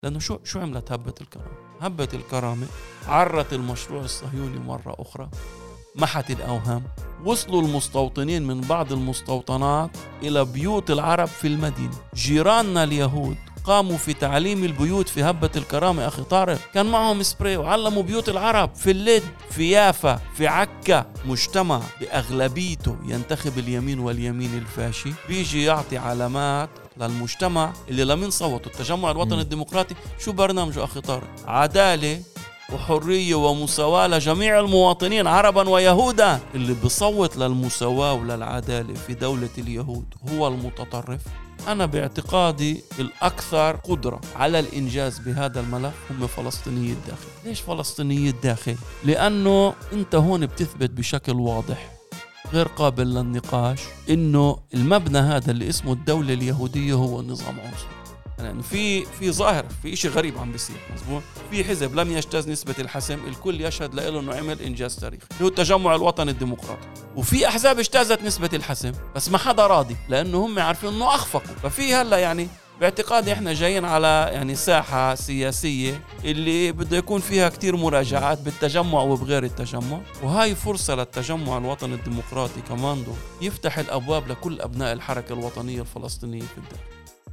لأنه شو عملت هبة الكرامة؟ هبة الكرامة عرت المشروع الصهيوني مرة أخرى، محت الأوهام. وصلوا المستوطنين من بعض المستوطنات إلى بيوت العرب في المدينة. جيراننا اليهود قاموا في تعليم البيوت في هبة الكرامة. أخي طارق، كان معهم سبراي وعلموا بيوت العرب في اللد، في يافا، في عكا. مجتمع بأغلبيته ينتخب اليمين واليمين الفاشي بيجي يعطي علامات للمجتمع اللي لم يصوتوا. التجمع الوطني الديمقراطي شو برنامجه أخي طارق؟ عدالة وحرية ومساواة لجميع المواطنين عربا ويهودا. اللي بصوت للمساواة وللعدالة في دولة اليهود هو المتطرف. أنا باعتقادي الأكثر قدرة على الإنجاز بهذا الملف هم فلسطينيي الداخل. ليش فلسطينيي الداخل؟ لأنه أنت هون بتثبت بشكل واضح غير قابل للنقاش إنه المبنى هذا اللي اسمه الدولة اليهودية هو نظام عنصري. يعني في ظاهر، في إشي غريب عم بيصير. مزبوط، في حزب لم يجتاز نسبة الحسم، الكل يشهد له إنه عمل إنجاز تاريخي، هو التجمع الوطني الديمقراطي. وفي أحزاب اجتازت نسبة الحسم بس ما حدا راضي، لأنه هم عارفين إنه أخفقوا. ففي هلا يعني باعتقادي إحنا جايين على يعني ساحة سياسية اللي بده يكون فيها كتير مراجعات بالتجمع وبغير التجمع، وهاي فرصة للتجمع الوطني الديمقراطي كماندو يفتح الأبواب لكل أبناء الحركة الوطنية الفلسطينية في الداخل.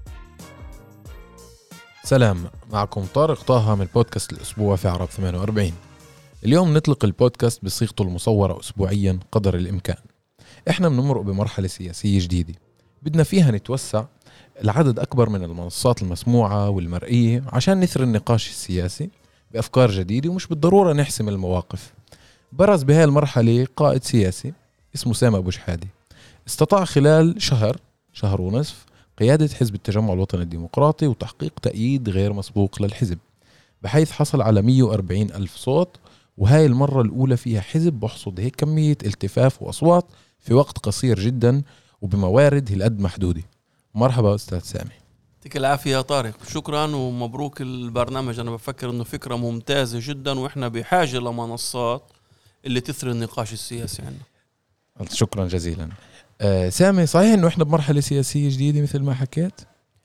سلام، معكم طارق طه من بودكاست الأسبوع في عرب 48. اليوم نطلق البودكاست بصيغته المصورة أسبوعيا قدر الإمكان. إحنا بنمرق بمرحلة سياسية جديدة بدنا فيها نتوسع العدد أكبر من المنصات المسموعة والمرئية عشان نثري النقاش السياسي بأفكار جديدة، ومش بالضرورة نحسم المواقف. برز بهاي المرحلة قائد سياسي اسمه سامة أبو شحادة، استطاع خلال شهر ونصف قيادة حزب التجمع الوطني الديمقراطي وتحقيق تأييد غير مسبوق للحزب، بحيث حصل على 140 ألف صوت. وهاي المرة الأولى فيها حزب بحصد هيك كمية التفاف وأصوات في وقت قصير جدا وبموارد هالقد محدودة. مرحبا أستاذ سامي. يعطيك العافية يا طارق، شكرا ومبروك البرنامج. أنا بفكر إنه فكرة ممتازة جدا، وإحنا بحاجة لمنصات اللي تثري النقاش السياسي عندنا. شكرا جزيلا. سامي، صحيح إنه إحنا بمرحلة سياسية جديدة مثل ما حكيت؟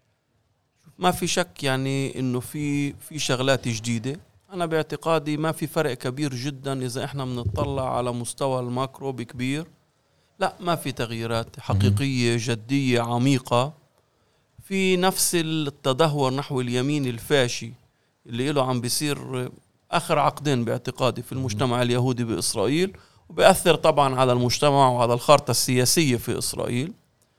ما في شك يعني إنه في شغلات جديدة. أنا باعتقادي ما في فرق كبير جدا إذا إحنا بنطلع على مستوى الماكرو بكبير. لا، ما في تغييرات حقيقية جدية عميقة. في نفس التدهور نحو اليمين الفاشي اللي له عم بيصير آخر عقدين باعتقادي في المجتمع اليهودي بإسرائيل، وبيأثر طبعا على المجتمع وعلى الخارطة السياسية في إسرائيل.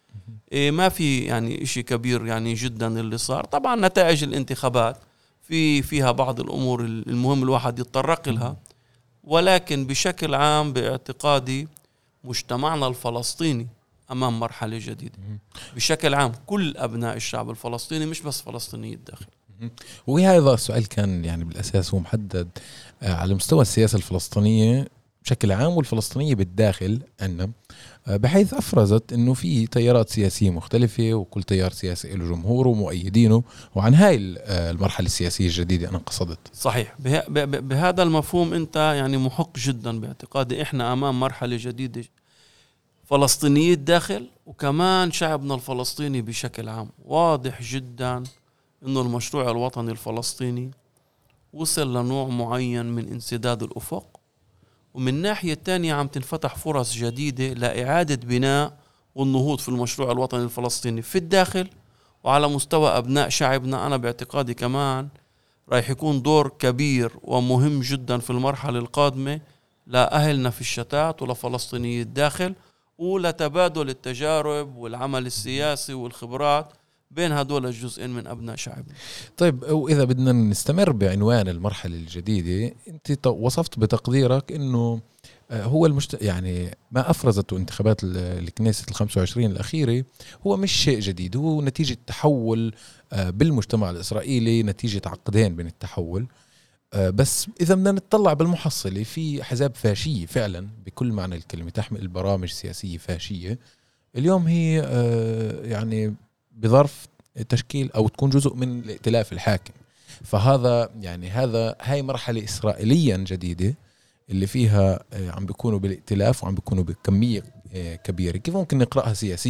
ما في يعني إشي كبير يعني جدا اللي صار. طبعا نتائج الانتخابات فيها بعض الأمور المهم الواحد يتطرق لها، ولكن بشكل عام باعتقادي مجتمعنا الفلسطيني أمام مرحلة جديدة بشكل عام. كل أبناء الشعب الفلسطيني، مش بس فلسطيني الداخل. وهذا السؤال كان يعني بالأساس هو محدد على مستوى السياسة الفلسطينية بشكل عام والفلسطينية بالداخل عندنا، بحيث أفرزت أنه في تيارات سياسية مختلفة وكل تيار سياسي له جمهوره ومؤيدينه. وعن هاي المرحلة السياسية الجديدة أنا قصدت. صحيح، بهذا المفهوم أنت يعني محق جدا باعتقادي. إحنا أمام مرحلة جديدة، فلسطيني الداخل وكمان شعبنا الفلسطيني بشكل عام. واضح جدا أنه المشروع الوطني الفلسطيني وصل لنوع معين من انسداد الأفق، ومن ناحية الثانية عم تنفتح فرص جديدة لإعادة بناء والنهوض في المشروع الوطني الفلسطيني في الداخل وعلى مستوى أبناء شعبنا. أنا باعتقادي كمان رايح يكون دور كبير ومهم جدا في المرحلة القادمة لأهلنا في الشتات ولفلسطيني الداخل، ولتبادل التجارب والعمل السياسي والخبرات بين هدول الجزئين من أبناء شعبنا. طيب، وإذا بدنا نستمر بعنوان المرحلة الجديدة، أنت وصفت بتقديرك أنه هو يعني ما أفرزته انتخابات الكنيسة 25 الأخيرة هو مش شيء جديد، هو نتيجة تحول بالمجتمع الإسرائيلي، نتيجة عقدين بين التحول. بس إذا بدنا نتطلع بالمحصلة في أحزاب فاشية فعلا بكل معنى الكلمة، تحمل البرامج سياسية فاشية اليوم هي يعني بظرف تشكيل أو تكون جزء من الائتلاف الحاكم. فهذا يعني هاي مرحلة إسرائيليا جديدة اللي فيها عم بيكونوا بالائتلاف وعم بيكونوا بكمية كبيرة. كيف ممكن نقرأها سياسيا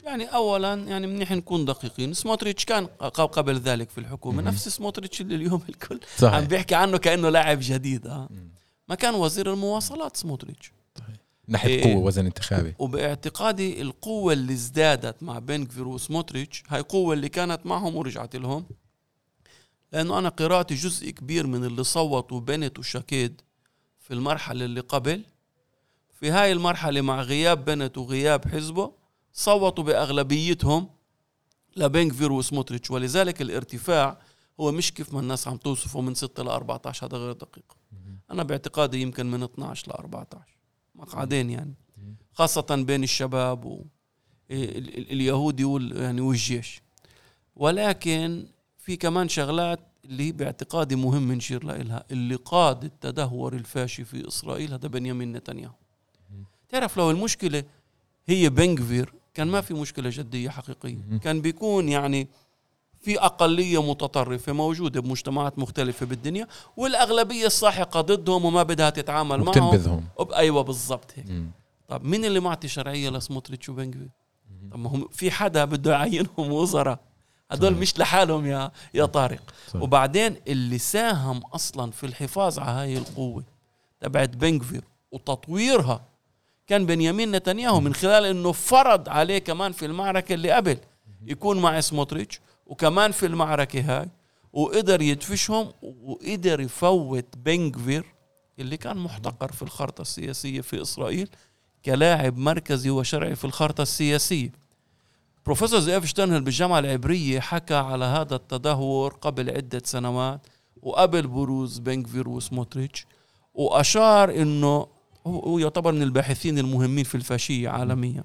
يعني أولا يعني منيح نكون دقيقين. سموتريتش كان قبل ذلك في الحكومة نفس سموتريتش اللي اليوم الكل صحيح. عم بيحكي عنه كأنه لاعب جديد. ما كان وزير المواصلات سموتريتش. ناحية قوة وزن انتخابي. وباعتقادي القوة اللي ازدادت مع بن غفير وسموتريتش هاي قوة اللي كانت معهم ورجعت لهم، لأنه أنا قراءتي جزء كبير من اللي صوتوا بنت وشاكيد في المرحلة اللي قبل، في هاي المرحلة مع غياب بنت وغياب حزبه صوتوا بأغلبيتهم لبن غفير وسموتريتش. ولذلك الارتفاع هو مش كيف ما الناس عم توصفه من 6 ل 14، هذا غير دقيق. أنا باعتقادي يمكن من 12 ل 14 مقعدين يعني، خاصة بين الشباب واليهودي يعني والجيش. ولكن في كمان شغلات اللي باعتقادي مهم نشير لها. اللي قاد التدهور الفاشي في إسرائيل هذا بنيامين نتنياهو. تعرف لو المشكلة هي بن غفير كان ما في مشكلة جدية حقيقية، كان بيكون يعني في أقلية متطرفة موجودة بمجتمعات مختلفة بالدنيا والأغلبية الساحقة ضدهم وما بدها تتعامل معهم وبتنبذهم. أيوة بالضبط هيك. طب مين اللي معطي شرعية لسموتريتش وبن غفير؟ طب ما هم في حدا بده يعينهم وزراء، هدول مش لحالهم يا طارق. صحيح. وبعدين اللي ساهم أصلا في الحفاظ على هاي القوة تبعت بن غفير وتطويرها كان بنيامين نتنياهو، من خلال انه فرض عليه كمان في المعركة اللي قبل يكون مع سموتريتش، وكمان في المعركة هاي وقدر يدفشهم وقدر يفوت بن غفير اللي كان محتقر في الخارطة السياسية في إسرائيل كلاعب مركزي وشرعي في الخارطة السياسية. بروفيسور زئيف شترنهل بالجامعة العبرية حكى على هذا التدهور قبل عدة سنوات وقبل بروز بن غفير وسموتريتش، وأشار إنه هو يعتبر من الباحثين المهمين في الفاشية عالميا،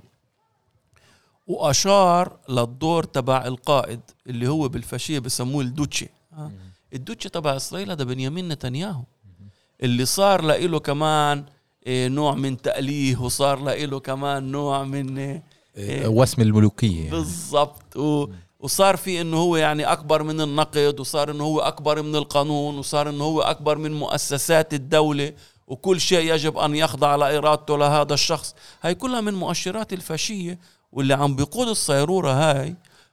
وأشار للدور تبع القائد اللي هو بالفاشية بسموه الدوتشي. الدوتشي تبع إسرائيل هذا بنيامين نتنياهو، اللي صار له كمان نوع من تأليه، وصار له كمان نوع من وسم الملوكية بالضبط. وصار في انه هو يعني اكبر من النقد، وصار انه هو اكبر من القانون، وصار انه هو اكبر من مؤسسات الدولة، وكل شيء يجب ان يخضع لإرادته لهذا الشخص. هاي كلها من مؤشرات الفاشية، واللي عم بيقود الصيرورة هاي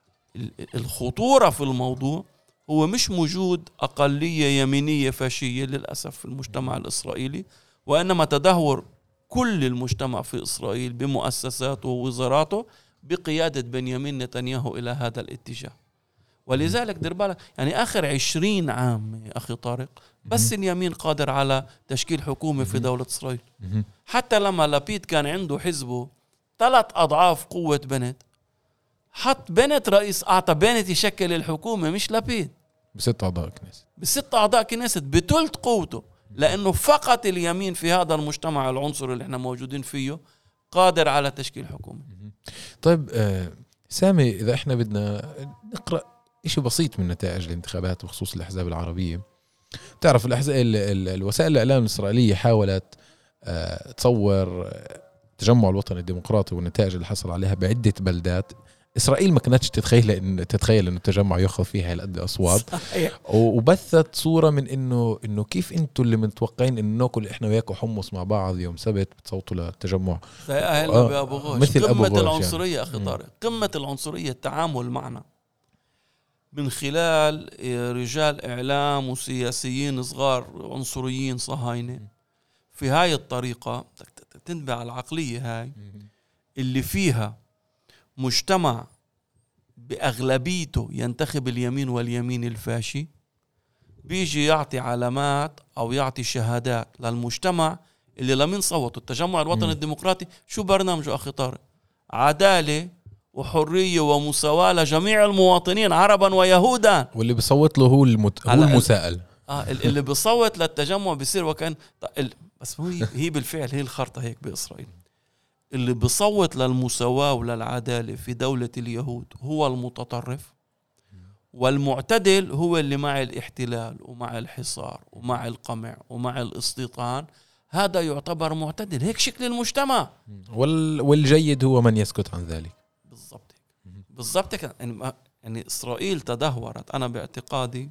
الخطورة في الموضوع هو مش وجود أقلية يمينية فاشية للأسف في المجتمع الإسرائيلي، وإنما تدهور كل المجتمع في إسرائيل بمؤسساته ووزاراته بقيادة بنيامين نتنياهو إلى هذا الاتجاه. ولذلك دير بالك يعني آخر 20 عام يا أخي طارق بس اليمين قادر على تشكيل حكومة في دولة إسرائيل. حتى لما لابيد كان عنده حزبه 3 أضعاف قوة بنت، حط بنت رئيس، أعطى بنت يشكل الحكومة مش لابيد، ب6 أعضاء كنيست، ب6 أعضاء كنيست بثلث قوته، لأنه فقط اليمين في هذا المجتمع العنصري اللي احنا موجودين فيه قادر على تشكيل حكومة. طيب سامي، إذا احنا بدنا نقرأ إشي بسيط من نتائج الانتخابات بخصوص الأحزاب العربية، تعرف الأحزاب الوسائل الإعلام الإسرائيلية حاولت تصور التجمع الوطني الديمقراطي والنتائج اللي حصل عليها بعدة بلدات. إسرائيل ما كانتش تتخيل إنه التجمع يأخذ فيها هالقد أصوات، وبثت صورة من إنه كيف أنتوا اللي متوقعين إنه ناكل إحنا وياكم حمص مع بعض يوم سبت بتصوتوا للتجمع زي أهلنا بأبو غوش. مثل قمة أبو غوش العنصرية يعني. أخي طارق، قمة العنصرية التعامل معنا من خلال رجال إعلام وسياسيين صغار عنصريين صهاينة في هاي الطريقة. تنبع العقلية هاي اللي فيها مجتمع بأغلبيته ينتخب اليمين واليمين الفاشي، بيجي يعطي علامات أو يعطي شهادات للمجتمع اللي لمن صوتوا التجمع الوطني الديمقراطي. شو برنامجه أخي طارق؟ عدالة وحرية ومساواة لجميع المواطنين عربا ويهودا، واللي بيصوت له هو المسائل. اللي بيصوت للتجمع بيصير وكان بس هي بالفعل هي الخرطة هيك بإسرائيل. اللي بيصوت للمساواة وللعدالة في دولة اليهود هو المتطرف، والمعتدل هو اللي مع الاحتلال ومع الحصار ومع القمع ومع الاستيطان. هذا يعتبر معتدل، هيك شكل المجتمع. والجيد هو من يسكت عن ذلك. بالضبط يعني إسرائيل تدهورت. أنا باعتقادي،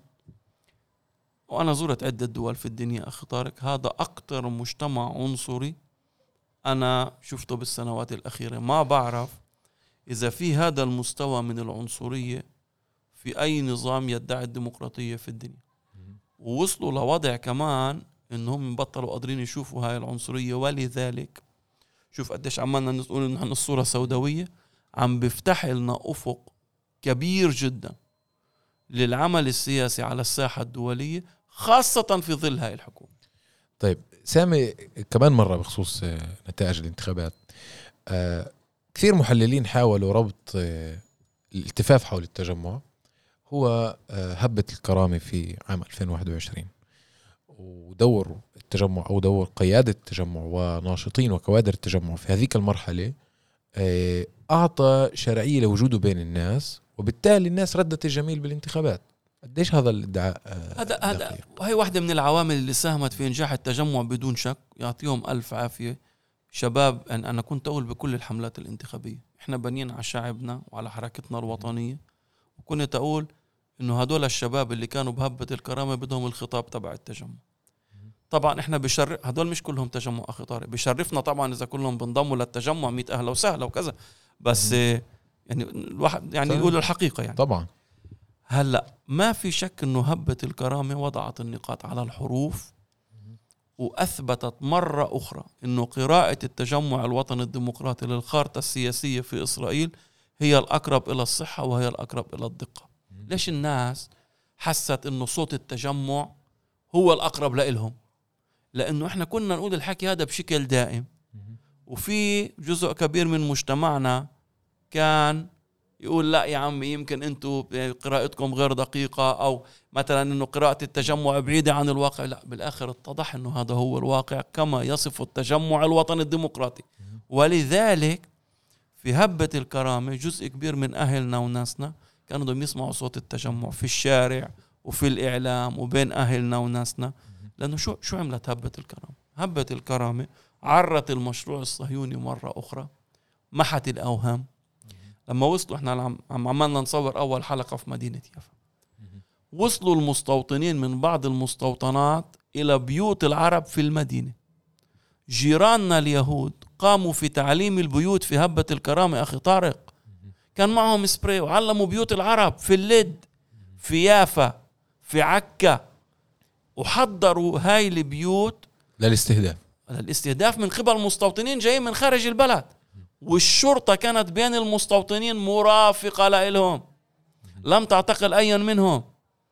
وأنا زرت عدة دول في الدنيا أخي طارق، هذا أكتر مجتمع عنصري أنا شفته بالسنوات الأخيرة. ما بعرف إذا في هذا المستوى من العنصرية في أي نظام يدعي الديمقراطية في الدنيا، ووصلوا لوضع كمان إنهم بطلوا قادرين يشوفوا هاي العنصرية. ولذلك شوف قديش عمالنا نقول إن الصورة سوداوية، عم بيفتح لنا أفق كبير جدا للعمل السياسي على الساحة الدولية، خاصة في ظل هاي الحكومة. طيب سامي، كمان مرة بخصوص نتائج الانتخابات، كثير محللين حاولوا ربط الالتفاف حول التجمع هو هبة الكرامة في عام 2021، ودور التجمع أو دور قيادة التجمع وناشطين وكوادر التجمع في هذيك المرحلة أعطى شرعية لوجوده بين الناس، وبالتالي الناس ردت الجميل بالانتخابات. قديش هذا الادعاء؟ هذا وهي واحدة من العوامل اللي ساهمت في إنجاح التجمع بدون شك. يعطيهم ألف عافية شباب. أنا كنت أقول بكل الحملات الانتخابية إحنا بنيين على شعبنا وعلى حركتنا الوطنية، وكنت أقول إنه هدول الشباب اللي كانوا بهبة الكرامة بدهم الخطاب تبع التجمع. طبعا إحنا بشرف هدول مش كلهم تجمع أخي طارق، بشرفنا طبعا إذا كلهم بنضموا للتجمع 100 أهلا وسهلا وكذا، بس يعني الواحد يعني يقول الحقيقة يعني. طبعا هلأ ما في شك إنه هبة الكرامة وضعت النقاط على الحروف، وأثبتت مرة أخرى إنه قراءة التجمع الوطني الديمقراطي للخارطة السياسية في إسرائيل هي الأقرب إلى الصحة وهي الأقرب إلى الدقة. ليش الناس حست إنه صوت التجمع هو الأقرب لإلهم؟ لأنه إحنا كنا نقول الحكي هذا بشكل دائم، وفي جزء كبير من مجتمعنا كان يقول لا يا عمي يمكن أنتوا قراءتكم غير دقيقة، أو مثلا أنه قراءة التجمع بعيدة عن الواقع. لا، بالآخر اتضح أنه هذا هو الواقع كما يصف التجمع الوطني الديمقراطي. ولذلك في هبة الكرامة جزء كبير من أهلنا وناسنا كانوا بدهم يسمعوا صوت التجمع في الشارع وفي الإعلام وبين أهلنا وناسنا. لأنه شو عملت هبة الكرامة؟ هبة الكرامة عرت المشروع الصهيوني مرة أخرى، محت الأوهام. لما وصلوا احنا عمالنا نصور أول حلقة في مدينة يافا، وصلوا المستوطنين من بعض المستوطنات إلى بيوت العرب في المدينة. جيراننا اليهود قاموا في تعليم البيوت في هبة الكرامة أخي طارق، كان معهم سبراي وعلموا بيوت العرب في اللد، في يافا، في عكا، وحضروا هاي البيوت للاستهداف من قبل مستوطنين جايين من خارج البلد. والشرطة كانت بين المستوطنين مرافقة لهم، لم تعتقل أي منهم.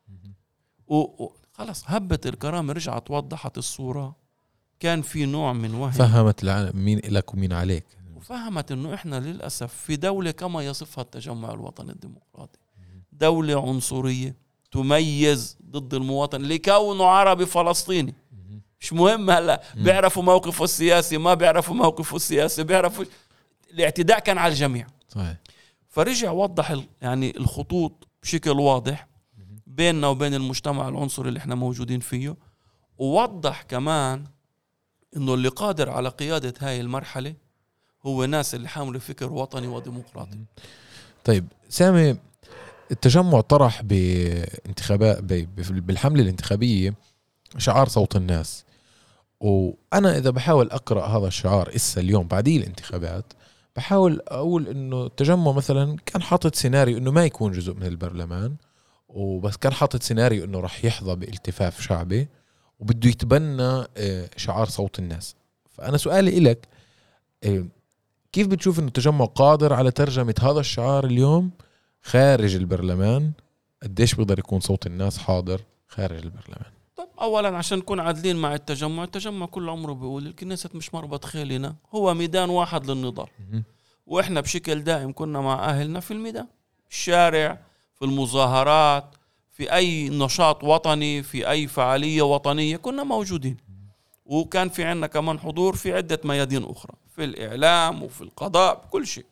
وخلص هبة الكرامة رجعت وضحت الصورة. كان في نوع من وهم، فهمت مين لك ومين عليك، وفهمت أنه إحنا للأسف في دولة كما يصفها التجمع الوطني الديمقراطي، دولة عنصرية تميز ضد المواطن لكونه عربي فلسطيني. مش مهم هلا بيعرفوا موقفه السياسي، ما بيعرفوا موقفه السياسي، بيعرفوا الاعتداء كان على الجميع. صحيح. فرجع وضح يعني الخطوط بشكل واضح بيننا وبين المجتمع العنصري اللي احنا موجودين فيه، ووضح كمان انه اللي قادر على قيادة هاي المرحلة هو ناس اللي حاملوا فكر وطني وديمقراطي. طيب سامي، التجمع طرح بانتخابات بالحملة الانتخابية شعار صوت الناس، وأنا إذا بحاول أقرأ هذا الشعار إسا اليوم بعديه الانتخابات بحاول أقول إنه التجمع مثلا كان حاطط سيناريو إنه ما يكون جزء من البرلمان، وبس كان حاطط سيناريو إنه رح يحظى بالتفاف شعبي وبده يتبنى شعار صوت الناس. فأنا سؤالي إلك، كيف بتشوف إنه التجمع قادر على ترجمة هذا الشعار اليوم خارج البرلمان؟ قديش بيقدر يكون صوت الناس حاضر خارج البرلمان؟ طب أولا عشان نكون عادلين مع التجمع كل عمره بيقول الكنيسة مش مربط خيلنا، هو ميدان واحد للنضال. وإحنا بشكل دائم كنا مع أهلنا في الميدان، الشارع، في المظاهرات، في أي نشاط وطني، في أي فعالية وطنية كنا موجودين. وكان في عنا كمان حضور في عدة ميادين أخرى، في الإعلام وفي القضاء، بكل شيء.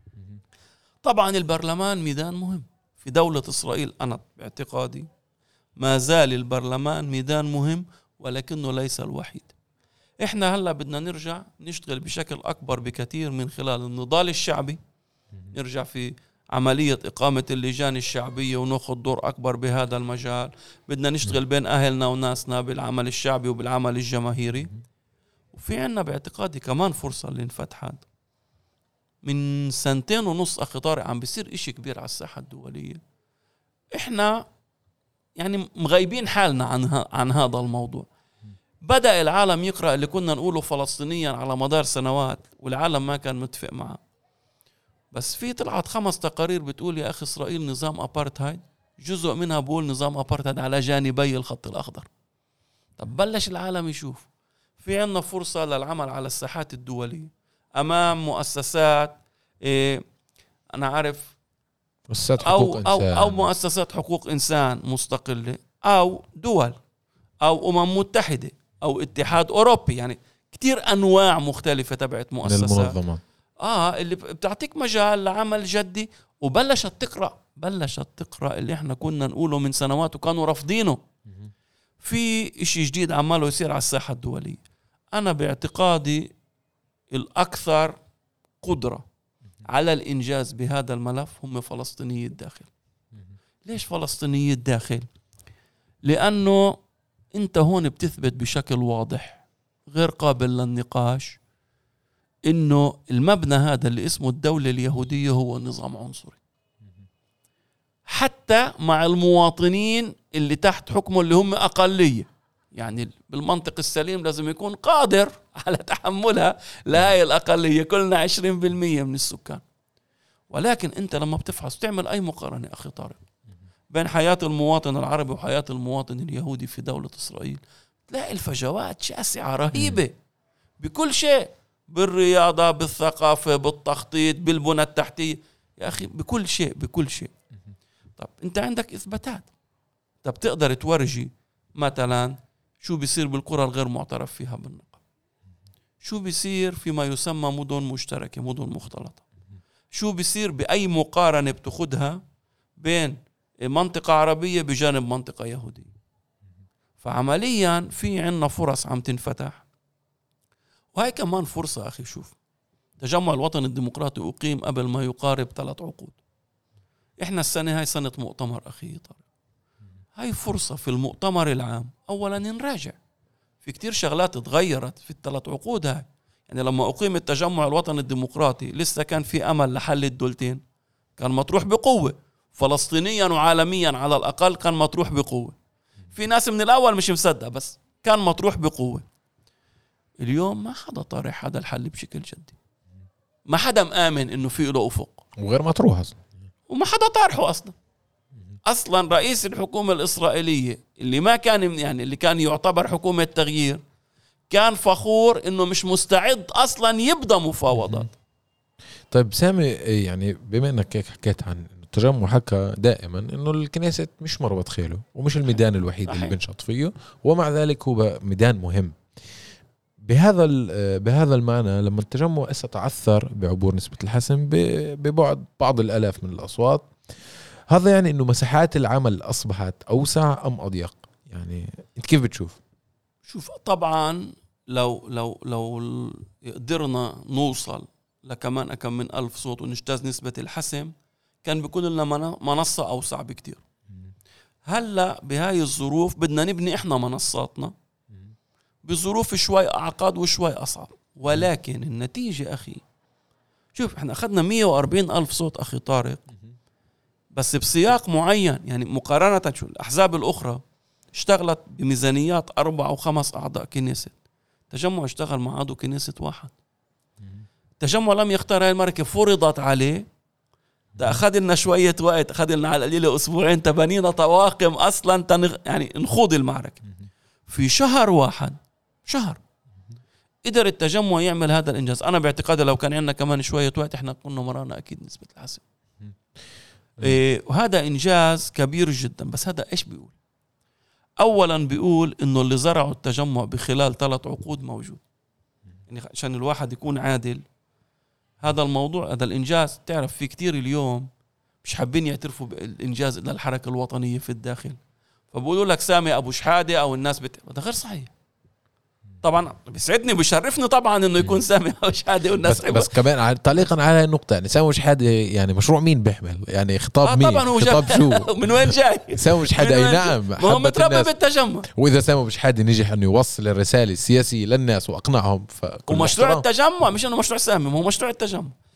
طبعا البرلمان ميدان مهم في دولة إسرائيل. أنا باعتقادي ما زال البرلمان ميدان مهم، ولكنه ليس الوحيد. إحنا هلأ بدنا نرجع نشتغل بشكل أكبر بكثير من خلال النضال الشعبي، نرجع في عملية إقامة اللجان الشعبية ونأخذ دور أكبر بهذا المجال. بدنا نشتغل بين أهلنا وناسنا بالعمل الشعبي وبالعمل الجماهيري. وفي عنا باعتقادي كمان فرصة اللي انفتحت من 2.5 سنة أخي طارق عم بيصير إشي كبير على الساحة الدولية. إحنا يعني مغيبين حالنا عن هذا الموضوع. بدأ العالم يقرأ اللي كنا نقوله فلسطينيا على مدار سنوات والعالم ما كان متفق معه. بس في طلعت 5 تقارير بتقول يا أخي إسرائيل نظام أبارتهايد، جزء منها بقول نظام أبارتهايد على جانبي الخط الأخضر. طب بلش العالم يشوف في عنا فرصة للعمل على الساحات الدولية أمام مؤسسات أنا عارف مؤسسات حقوق إنسان أو مؤسسات حقوق إنسان مستقلة أو دول أو متحدة أو اتحاد أوروبي، يعني كتير أنواع مختلفة تبعت مؤسسات من المنظمات اللي بتعطيك مجال لعمل جدي. وبلشت تقرأ اللي احنا كنا نقوله من سنوات وكانوا رافضينه. في اشي جديد عماله يصير على الساحة الدولية. أنا باعتقادي الأكثر قدرة على الإنجاز بهذا الملف هم فلسطينيي الداخل. ليش فلسطينيي الداخل؟ لأنه أنت هون بتثبت بشكل واضح غير قابل للنقاش إنه المبنى هذا اللي اسمه الدولة اليهودية هو نظام عنصري، حتى مع المواطنين اللي تحت حكمه اللي هم أقلية. يعني بالمنطق السليم لازم يكون قادر على تحملها لهاي الأقلية، كلنا 20% من السكان. ولكن أنت لما بتفحص تعمل أي مقارنة أخي طارق بين حياة المواطن العربي وحياة المواطن اليهودي في دولة إسرائيل، تلاقي الفجوات شاسعة رهيبة بكل شيء، بالرياضة، بالثقافة، بالتخطيط، بالبنى التحتية، يا أخي بكل شيء. طب أنت عندك إثباتات، طب تقدر تورجي مثلا شو بيصير بالقرى الغير معترف فيها بالنقل، شو بيصير فيما يسمى مدن مشتركة، مدن مختلطة، شو بيصير بأي مقارنة بتاخدها بين منطقة عربية بجانب منطقة يهودية. فعمليا في عنا فرص عم تنفتح. وهي كمان فرصة أخي، شوف تجمع الوطن الديمقراطي أقيم قبل ما يقارب 3 عقود. إحنا السنة هاي سنة مؤتمر أخي طارق، هاي فرصة في المؤتمر العام أولا نراجع في كتير شغلات تغيرت في ال3 عقود هاي. يعني لما أقيم التجمع الوطن الديمقراطي لسه كان في أمل لحل الدولتين، كان مطروح بقوة فلسطينيا وعالميا على الأقل، كان مطروح بقوة. في ناس من الأول مش مصدق بس كان مطروح بقوة. اليوم ما حدا طارح هذا الحل بشكل جدي، ما حدا مآمن إنه في له أفق، وغير مطروح أصلا، وما حدا طارحه أصلا. رئيس الحكومة الإسرائيلية اللي ما كان يعني اللي كان يعتبر حكومة تغيير كان فخور إنه مش مستعد أصلا يبدأ مفاوضات. طيب سامي، يعني بما أنك هيك حكيت عن التجمع، حكى دائما إنه الكنيسة مش مربط خيله ومش الميدان الوحيد اللي بنشط فيه، ومع ذلك هو ميدان مهم. بهذا المعنى لما التجمع تعثر بعبور نسبة الحسم ببعد بعض الآلاف من الأصوات، هذا يعني إنه مساحات العمل أصبحت أوسع أم أضيق؟ يعني أنت كيف بتشوف؟ شوف طبعا لو قدرنا نوصل لكمان أكم من 1000 صوت ونجتاز نسبة الحسم، كان بيكون لنا منصة أوسع بكتير. هلأ بهاي الظروف بدنا نبني إحنا منصاتنا بظروف شوي أعقد وشوي أصعب. ولكن النتيجة أخي، شوف إحنا أخذنا 140 ألف صوت أخي طارق، بس بسياق معين. يعني مقارنة شو الأحزاب الأخرى اشتغلت بميزانيات 4 و5 أعضاء كنيسة، تجمع اشتغل مع عضو كنيسة 1. تجمع لم يختار هاي المركة، فرضت عليه. ده أخذ لنا شوية وقت، أخذ لنا على القليلة 2 تبنينا طواقم أصلا يعني نخوض المعركة. في شهر واحد قدر التجمع يعمل هذا الإنجاز. أنا باعتقادي لو كان عندنا كمان شوية وقت إحنا كنا مرانا أكيد نسبة الحسم. وهذا إنجاز كبير جدا. بس هذا إيش بيقول؟ أولا بيقول إنه اللي زرعوا التجمع بخلال 3 عقود موجود. يعني عشان الواحد يكون عادل، هذا الموضوع، هذا الإنجاز، تعرف في كتير اليوم مش حابين يعترفوا بالإنجاز إلا الحركة الوطنية في الداخل، فبقولوا لك سامي أبو شحادة أو الناس ده غير صحيح. طبعا بيسعدني وبيشرفني طبعا انه يكون سامي أبو شحادة والناس بس كمان تعليقا على النقطة، يعني سامي أبو شحادة يعني مشروع مين بيحمل؟ يعني خطاب مين؟ طبعا هو خطاب شو؟ من وين جاي؟ سامي أبو شحادة أي نعم، هو متربى بالتجمع. وإذا سامي أبو شحادة نجح أنه يوصل الرسالة السياسية للناس وأقنعهم، ومشروع التجمع مش أنه مشروع سامي، هو مشروع التجمع.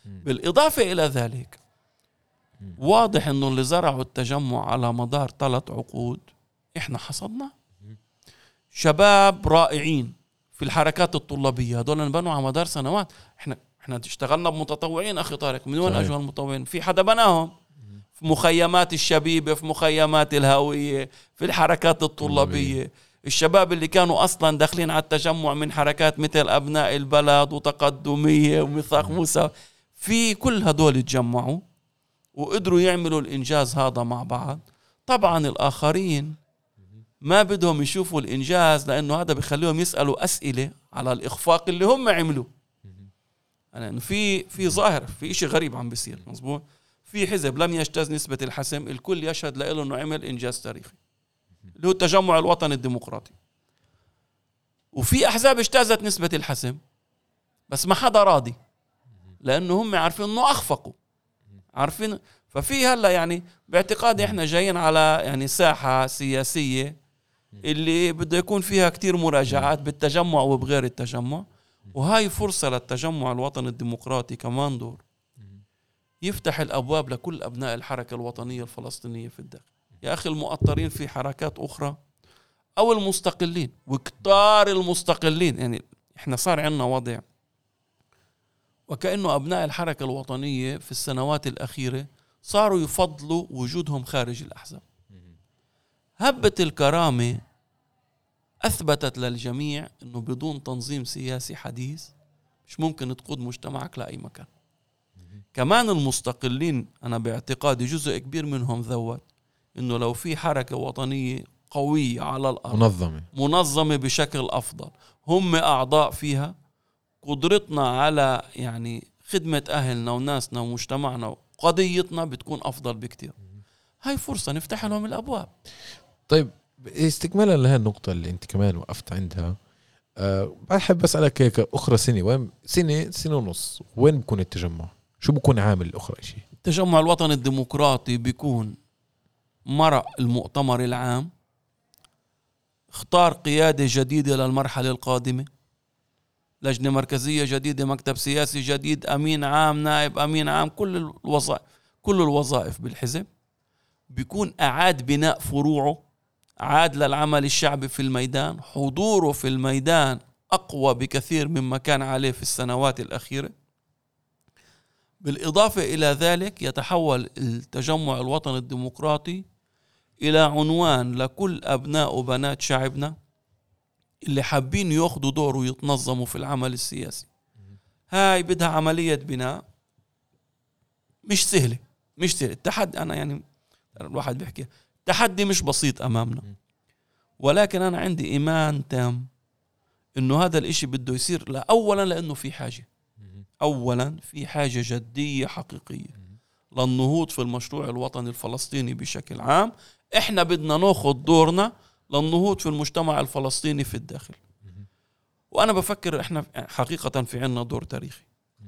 بالإضافة إلى ذلك واضح أنه اللي زرعوا التجمع على مدار 3 عقود إحنا حصدنا شباب رائعين في الحركات الطلابية، هذول انبنوا على مدار سنوات. إحنا اشتغلنا بمتطوعين أخي طارق. من وين أجوا المتطوعين؟ في حدا بناهم؟ في مخيمات الشبيبة، في مخيمات الهوية، في الحركات الطلابية. الشباب اللي كانوا أصلا داخلين على التجمع من حركات مثل أبناء البلد وتقدمية وميثاق موسى، في كل هدول اتجمعوا وقدروا يعملوا الإنجاز هذا مع بعض. طبعا الآخرين ما بدهم يشوفوا الإنجاز، لأنه هذا بيخليهم يسألوا أسئلة على الإخفاق اللي هم عملوه. يعني في ظاهر، في إشي غريب عم بيصير. مظبوط، في حزب لم يجتاز نسبة الحسم، الكل يشهد له أنه عمل إنجاز تاريخي اللي هو التجمع الوطني الديمقراطي. وفي أحزاب اجتازت نسبة الحسم بس ما حدا راضي، لأنه هم عارفين أنه أخفقوا، عارفين. ففي هلا يعني باعتقادي إحنا جايين على يعني ساحة سياسية اللي بده يكون فيها كتير مراجعات بالتجمع وبغير التجمع، وهاي فرصة للتجمع الوطني الديمقراطي كمان دور يفتح الأبواب لكل أبناء الحركة الوطنية الفلسطينية في الداخل. يا أخي المؤطرين في حركات أخرى أو المستقلين، وكتار المستقلين، يعني إحنا صار عندنا وضع وكأنه أبناء الحركة الوطنية في السنوات الأخيرة صاروا يفضلوا وجودهم خارج الأحزاب. هبة الكرامة أثبتت للجميع أنه بدون تنظيم سياسي حديث مش ممكن تقود مجتمعك لأي مكان. كمان المستقلين أنا باعتقادي جزء كبير منهم ذوت إنه لو في حركة وطنية قوية على الأرض منظمة بشكل أفضل، هم أعضاء فيها، قدرتنا على يعني خدمة أهلنا وناسنا ومجتمعنا وقضيتنا بتكون أفضل بكتير. هاي فرصة نفتح لهم الأبواب. طيب استكمالا لها النقطة اللي أنت كمان وقفت عندها، بحب أسألك هيك أخرى سنة، وين سنة ونص وين بكون التجمع؟ شو بكون عامل الأخرى شيء؟ التجمع الوطني الديمقراطي بيكون مرق المؤتمر العام، اختار قيادة جديدة للمرحلة القادمة، لجنة مركزية جديدة، مكتب سياسي جديد، أمين عام، نائب أمين عام، كل الوظائف بالحزب. بيكون أعاد بناء فروعه، عاد للعمل الشعبي في الميدان، حضوره في الميدان أقوى بكثير مما كان عليه في السنوات الأخيرة. بالإضافة إلى ذلك يتحول التجمع الوطني الديمقراطي إلى عنوان لكل أبناء وبنات شعبنا اللي حابين يأخذوا دور ويتنظموا في العمل السياسي. هاي بدها عملية بناء مش سهلة. التحدي، أنا يعني الواحد بيحكي تحدي مش بسيط أمامنا، ولكن أنا عندي إيمان تام إنه هذا الإشي بده يصير. أولا لأنه في حاجة جدية حقيقية للنهوض في المشروع الوطني الفلسطيني بشكل عام. إحنا بدنا ناخذ دورنا للنهوض في المجتمع الفلسطيني في الداخل. وأنا بفكر إحنا حقيقة في عنا دور تاريخي.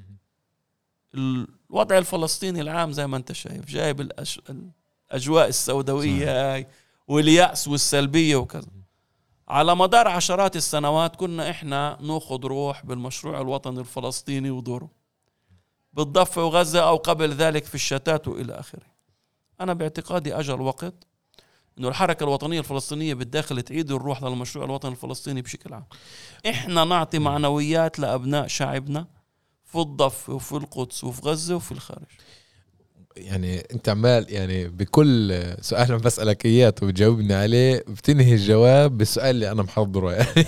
الوضع الفلسطيني العام زي ما أنت شايف جايب الأجواء السوداوية هاي واليأس والسلبية وكذا. على مدار عشرات السنوات كنا إحنا ناخذ روح بالمشروع الوطني الفلسطيني ودوره بالضفة وغزة أو قبل ذلك في الشتات وإلى آخره. أنا باعتقادي أجل وقت إنه الحركة الوطنية الفلسطينية بالداخل تعيد الروح للمشروع الوطني الفلسطيني بشكل عام. إحنا نعطي معنويات لأبناء شعبنا في الضفة وفي القدس وفي غزة وفي الخارج. يعني انت عمال يعني بكل سؤال بسألك اياه وبتجاوبني عليه بتنهي الجواب بالسؤال اللي انا محضره يعني.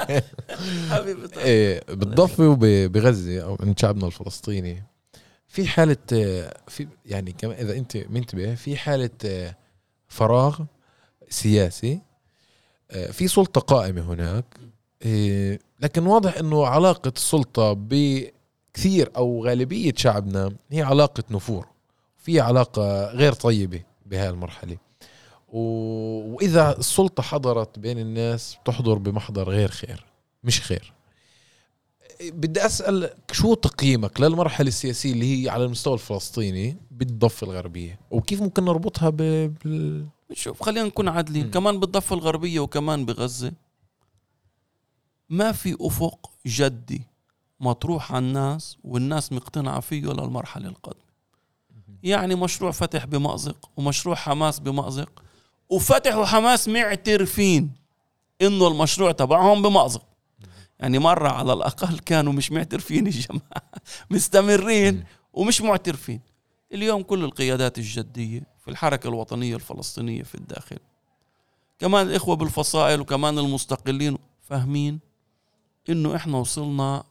بالضفة وبغزة او عند شعبنا الفلسطيني في حالة في يعني كمان اذا انت منتبه في حالة فراغ سياسي، في سلطة قائمة هناك، لكن واضح انه علاقة السلطة بكثير او غالبية شعبنا هي علاقة نفور، في علاقة غير طيبة بهذه المرحلة. وإذا السلطة حضرت بين الناس تحضر بمحضر غير خير مش خير. بدي أسأل شو تقييمك للمرحلة السياسية اللي هي على المستوى الفلسطيني بالضفة الغربية، وكيف ممكن نربطها شوف خلينا نكون عادلين. كمان بالضفة الغربية وكمان بغزة ما في أفق جدي مطروح على الناس والناس مقتنعة فيه للمرحلة القادمة. يعني مشروع فتح بمأزق ومشروع حماس بمأزق، وفتح وحماس معترفين إنه المشروع تبعهم بمأزق. يعني مرة على الأقل كانوا مش معترفين الجماعة، مستمرين ومش معترفين. اليوم كل القيادات الجدية في الحركة الوطنية الفلسطينية في الداخل، كمان الإخوة بالفصائل وكمان المستقلين، فاهمين إنه إحنا وصلنا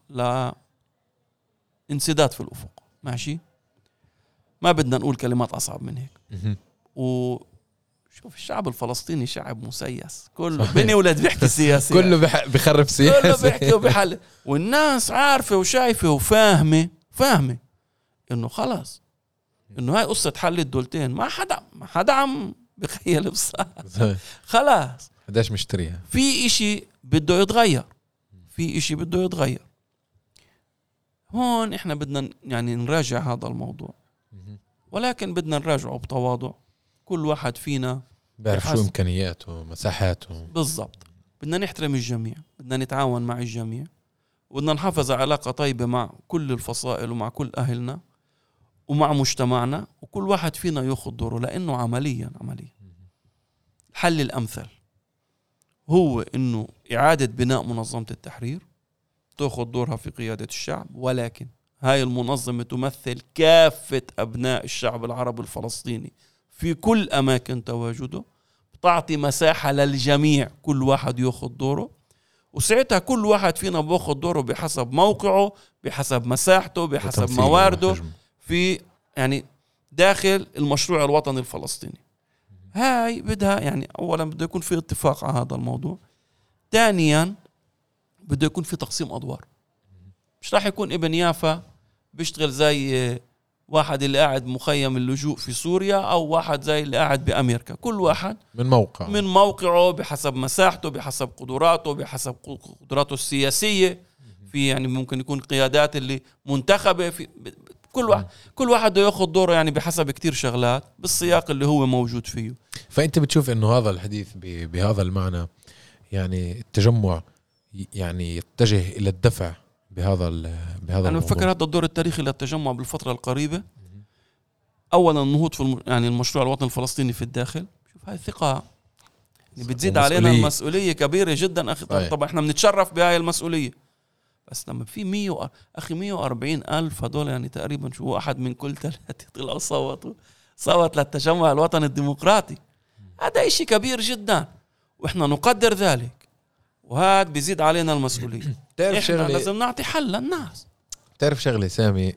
لانسداد في الأفق. ماشي، ما بدنا نقول كلمات أصعب من هيك. وشوف الشعب الفلسطيني شعب مسيس، كله بني ولد بيحكي سياسي، كله بخرف سياسي، كله بيحكي وبيحل. والناس عارفة وشايفة وفاهمة إنه خلاص، إنه هاي قصة حل الدولتين. ما حدا عم بخيل بصراحة. خلاص قديش مشتريها. في إشي بده يتغير. هون إحنا بدنا يعني نراجع هذا الموضوع، ولكن بدنا نراجعه بتواضع. كل واحد فينا بيعرف شو إمكانياته مساحاته بالضبط. بدنا نحترم الجميع، بدنا نتعاون مع الجميع، وبدنا نحافظ على علاقة طيبة مع كل الفصائل ومع كل أهلنا ومع مجتمعنا، وكل واحد فينا يأخذ دوره. لأنه عمليا الحل الأمثل هو إنه إعادة بناء منظمة التحرير تأخذ دورها في قيادة الشعب، ولكن هاي المنظمة تمثل كافة أبناء الشعب العربي الفلسطيني في كل أماكن تواجده، تعطي مساحة للجميع، كل واحد يأخذ دوره. وساعتها كل واحد فينا بيأخذ دوره بحسب موقعه، بحسب مساحته، بحسب موارده في يعني داخل المشروع الوطني الفلسطيني. هاي بدها يعني أولا بده يكون في اتفاق على هذا الموضوع، ثانيا بده يكون في تقسيم أدوار. مش راح يكون ابن يافا بيشتغل زي واحد اللي قاعد مخيم اللجوء في سوريا، أو واحد زي اللي قاعد بأمريكا. كل واحد من موقعه بحسب مساحته، بحسب قدراته، بحسب قدراته السياسية. في يعني ممكن يكون قيادات اللي منتخبة في كل واحد بده ياخذ دوره يعني بحسب كتير شغلات بالسياق اللي هو موجود فيه. فأنت بتشوف إنه هذا الحديث بهذا المعنى يعني التجمع يعني يتجه إلى الدفع بهذا أنا بفكر هذا الدور التاريخي للتجمع بالفترة القريبة. أولا النهوض في يعني المشروع الوطني الفلسطيني في الداخل. شوف هاي الثقة يعني بتزيد علينا المسؤولية كبيرة جدا أخي. طبعا إحنا بنتشرف بهاي المسؤولية، بس لما في 140 ألف هدول يعني تقريبا شو واحد من كل 3 طلعوا صوت للتجمع الوطني الديمقراطي. هذا إشي كبير جدا وإحنا نقدر ذلك، وهذا بيزيد علينا المسؤولية. إحنا لازم نعطي حل للناس. تعرف شغلة سامي،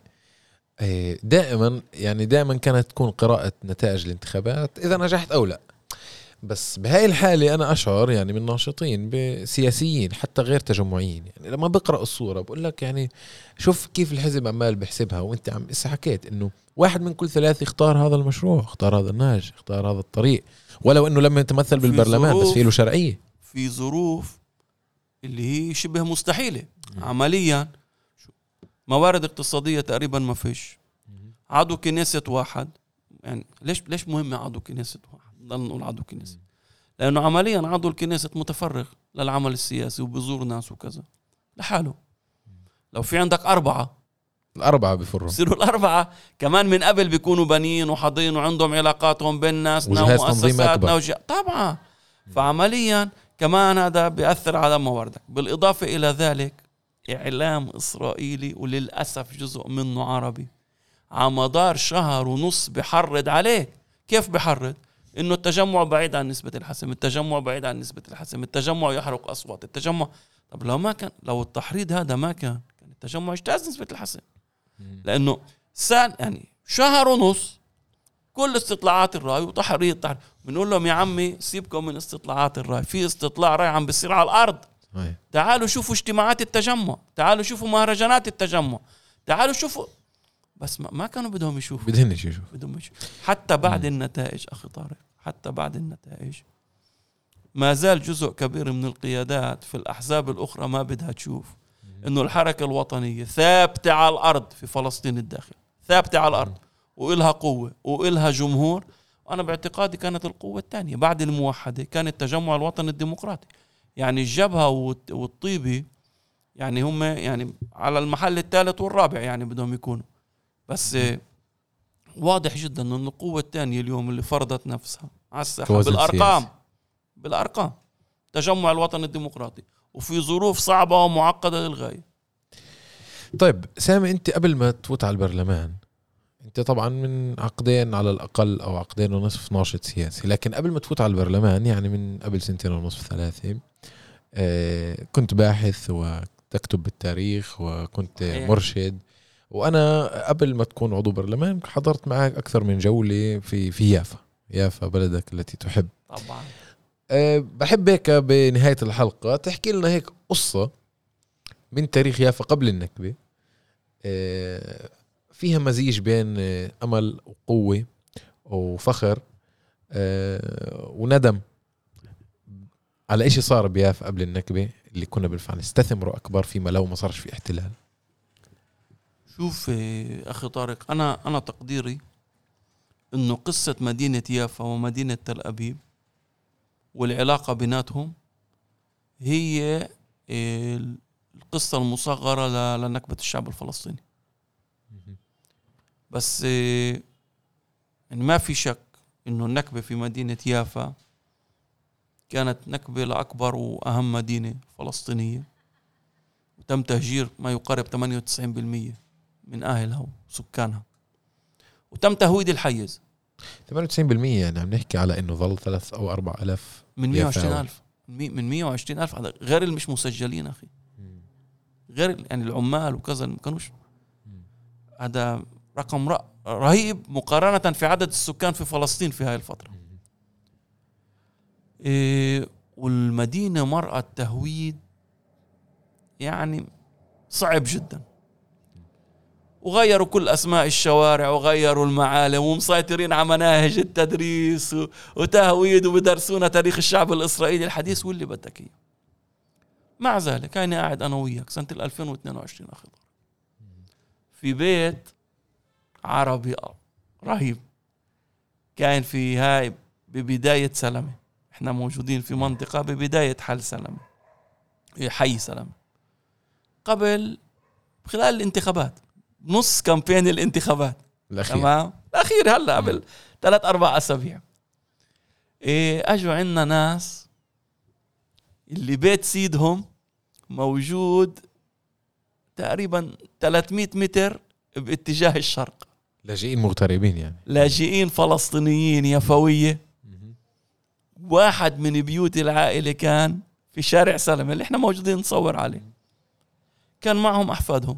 دائما كانت تكون قراءة نتائج الانتخابات إذا نجحت أو لا. بس بهاي الحالة أنا أشعر يعني من ناشطين بسياسيين حتى غير تجمعيين، يعني لما بقرأ الصورة بقول لك يعني شوف كيف الحزب عمال بحسبها. وانت عم حكيت إنه واحد من كل 3 اختار هذا المشروع، اختار هذا النهج، اختار هذا الطريق، ولو إنه لم يتمثل بالبرلمان بس فيه له شرعية في ظروف اللي هي شبه مستحيلة عمليا. موارد اقتصادية تقريبا ما فيش، عضو كنيسة واحد. يعني ليش مهم عضو كنيسة واحد؟ نقول عضو كنيسة لأنه عمليا عضو الكنيسة متفرغ للعمل السياسي وبزور ناس وكذا لحاله. لو في عندك 4 الأربعة بيفروا، يصيروا 4 كمان من قبل بيكونوا بنين وحاضرين وعندهم علاقاتهم بين الناس ومؤسسات طبعا. فعمليا كمان هذا بيأثر على مواردك. بالإضافة إلى ذلك إعلام إسرائيلي وللأسف جزء منه عربي على مدار 1.5 شهر بحرض عليه. كيف بحرض؟ إنه التجمع بعيد عن نسبة الحسم، التجمع بعيد عن نسبة الحسم، التجمع يحرق أصوات، التجمع. طب لو التحريض هذا ما كان التجمع اجتاز نسبة الحسم. لأنه يعني 1.5 شهر كل استطلاعات الرأي وتحريض. بنقول لهم يا عمي سيبكم من استطلاعات الرأي، في استطلاع رأي عم بيصير على الأرض. تعالوا شوفوا اجتماعات التجمع، تعالوا شوفوا مهرجانات التجمع، تعالوا شوفوا. بس ما كانوا بدهم يشوفوا، بدهم يشوفوا. حتى بعد النتائج أخي طارق، حتى بعد النتائج ما زال جزء كبير من القيادات في الأحزاب الأخرى ما بدها تشوف إنه الحركة الوطنية ثابتة على الأرض في فلسطين الداخل، ثابتة على الأرض وإلها قوة وإلها جمهور. وأنا باعتقادي كانت القوة الثانية بعد الموحدة كان التجمع الوطني الديمقراطي. يعني الجبهة والطيبي يعني هم يعني على المحل الثالث والرابع يعني بدهم يكونوا. بس واضح جدا أن القوة الثانية اليوم اللي فرضت نفسها على الساحة بالأرقام تجمع الوطن الديمقراطي وفي ظروف صعبة ومعقدة للغاية. طيب سامي، انت قبل ما تفوت على البرلمان انت طبعا من عقدين على الأقل أو عقدين ونصف ناشط سياسي، لكن قبل ما تفوت على البرلمان يعني من قبل 2.5 3 كنت باحث وتكتب بالتاريخ وكنت مرشد. وأنا قبل ما تكون عضو برلمان حضرت معك أكثر من جولة في يافا بلدك التي تحب طبعا. بحب هيك بنهاية الحلقة تحكي لنا هيك قصة من تاريخ يافا قبل النكبة، فيها مزيج بين أمل وقوة وفخر وندم على إشي صار بيافا قبل النكبة اللي كنا بالفعل نستثمره أكبر فيما لو ما صارش في احتلال. شوف أخي طارق، أنا تقديري إنه قصة مدينة يافا ومدينة تل أبيب والعلاقة بيناتهم هي القصة المصغرة لنكبة الشعب الفلسطيني. بس يعني ما في شك إنه النكبة في مدينة يافا كانت نكبة لأكبر وأهم مدينة فلسطينية، وتم تهجير ما يقارب 98% من أهلها وسكانها، وتم تهويد الحيز 98%. يعني عم نحكي على إنه ظل 3 أو 4 ألف من 120,000 من 120,000 هذا غير المش مسجلين أخي، غير يعني العمال وكذا ما كانوش. هذا رقم رهيب مقارنة في عدد السكان في فلسطين في هاي الفترة. والمدينة مرأة تهويد يعني صعب جدا، وغيروا كل أسماء الشوارع وغيروا المعالم ومسيطرين على مناهج التدريس وتهويد وبدرسونا تاريخ الشعب الإسرائيلي الحديث واللي بدك إياه. مع ذلك أنا قاعد أنا وياك سنة 2022 أخي في بيت عربي رهيب كان في هاي ببداية سلمة. احنا موجودين في منطقة ببداية حي سلمة قبل خلال الانتخابات، نص كامبين الانتخابات الأخير هلا قبل 3-4 أسابيع. أجوا عنا ناس اللي بيت سيدهم موجود تقريبا 300 متر باتجاه الشرق، لاجئين مغتربين يعني لاجئين فلسطينيين يافوية. واحد من بيوت العائلة كان في شارع سلمة اللي احنا موجودين نصور عليه، كان معهم أحفادهم.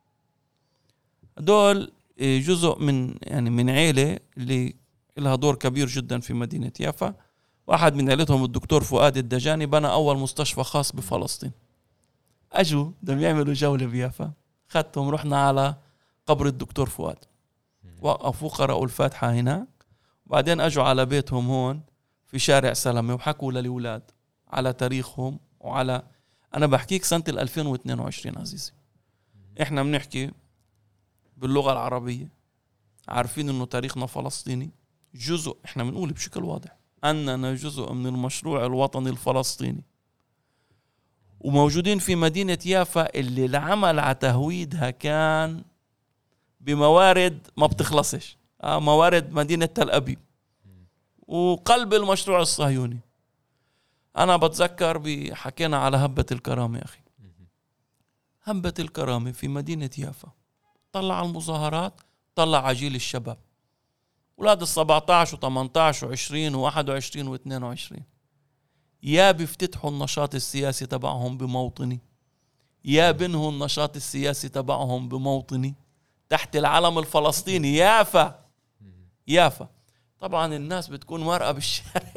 دول جزء من عيلة اللي لها دور كبير جدا في مدينة يافا. واحد من عيلتهم الدكتور فؤاد الدجاني بنى أول مستشفى خاص بفلسطين. أجوا بدهم يعملوا جولة بيافا، خدتهم رحنا على قبر الدكتور فؤاد، وقفوا قرأوا الفاتحة هناك، وبعدين أجوا على بيتهم هون في شارع سلمة وحكوا للأولاد على تاريخهم وعلى أنا بحكيك سنة 2022 عزيزي. إحنا بنحكي باللغة العربية، عارفين إنه تاريخنا فلسطيني جزء، إحنا بنقول بشكل واضح أننا جزء من المشروع الوطني الفلسطيني، وموجودين في مدينة يافا اللي العمل على تهويدها كان بموارد ما بتخلصش، موارد مدينة تل أبيب وقلب المشروع الصهيوني. أنا بتذكر حكينا على هبة الكرامة يا أخي. هبة الكرامة في مدينة يافا طلع المظاهرات، طلع عجيل الشباب أولاد 17 و18 و20 و21 و22، يا بيفتتحوا النشاط السياسي تبعهم بموطني، يا بنهوا النشاط السياسي تبعهم بموطني تحت العلم الفلسطيني. يافا طبعا الناس بتكون مرقة بالشارع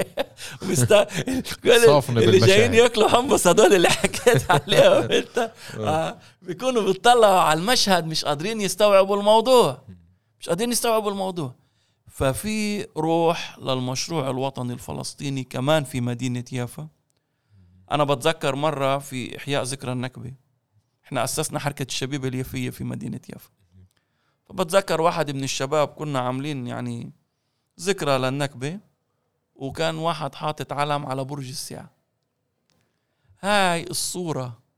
اللي جايين ياكلوا حمص هدول اللي حكيت عليهم انت بيكونوا بيطلعوا على المشهد مش قادرين يستوعبوا الموضوع. ففي روح للمشروع الوطني الفلسطيني كمان في مدينة يافا. أنا بتذكر مرة في إحياء ذكرى النكبة إحنا أسسنا حركة الشبيبة اليافية في مدينة يافا، فبتذكر واحد من الشباب كنا عاملين يعني ذكرى للنكبة، وكان واحد حاطط علم على برج الساعة. هاي الصورة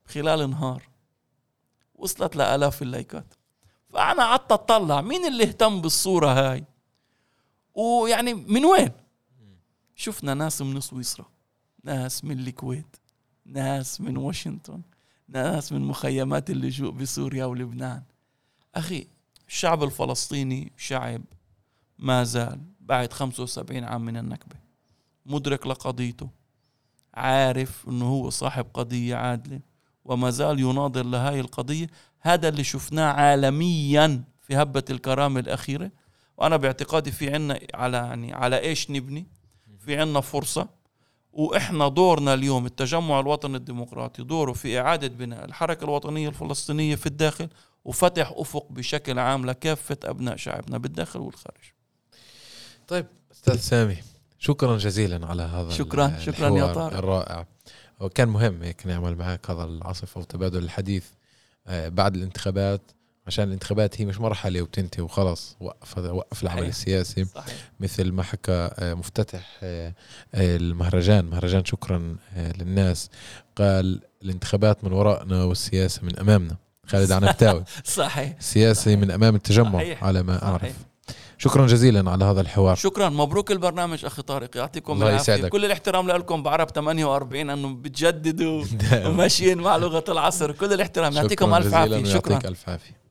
خلال نهار وصلت لآلاف اللايكات. فأنا قعدت أطلع مين اللي اهتم بالصورة هاي، ويعني من وين. شفنا ناس من سويسرا، ناس من الكويت، ناس من واشنطن، ناس من مخيمات اللجوء بسوريا ولبنان. أخي الشعب الفلسطيني شعب ما زال بعد 75 عام من النكبة مدرك لقضيته، عارف أنه هو صاحب قضية عادلة وما زال يناضل لهاي القضية. هذا اللي شفناه عالميا في هبة الكرامة الأخيرة. وأنا باعتقادي في عنا على إيش نبني، في عنا فرصة. وإحنا دورنا اليوم التجمع الوطني الديمقراطي دوره في إعادة بناء الحركة الوطنية الفلسطينية في الداخل وفتح أفق بشكل عام لكافة أبناء شعبنا بالداخل والخارج. طيب أستاذ سامي، شكرا جزيلا على هذا شكرا يا طارق الرائع. وكان مهم هيك نعمل معك هذا العصف أو تبادل الحديث بعد الانتخابات، عشان الانتخابات هي مش مرحلة وبتنتهي وخلص وقف العمل السياسي. صحيح. مثل ما حكى مفتتح مهرجان شكرا للناس، قال الانتخابات من ورائنا والسياسة من أمامنا. خالد عنبتاوي. صحيح. السياسة من أمام التجمع. صحيح. على ما أعرف. شكرا جزيلا على هذا الحوار. شكرا، مبروك البرنامج أخي طارق، يعطيكم العافية. كل الاحترام لكم بعرب 48 أنه بتجددوا وماشيين مع لغة العصر. كل الاحترام، يعطيكم ألف عافية. شكرا.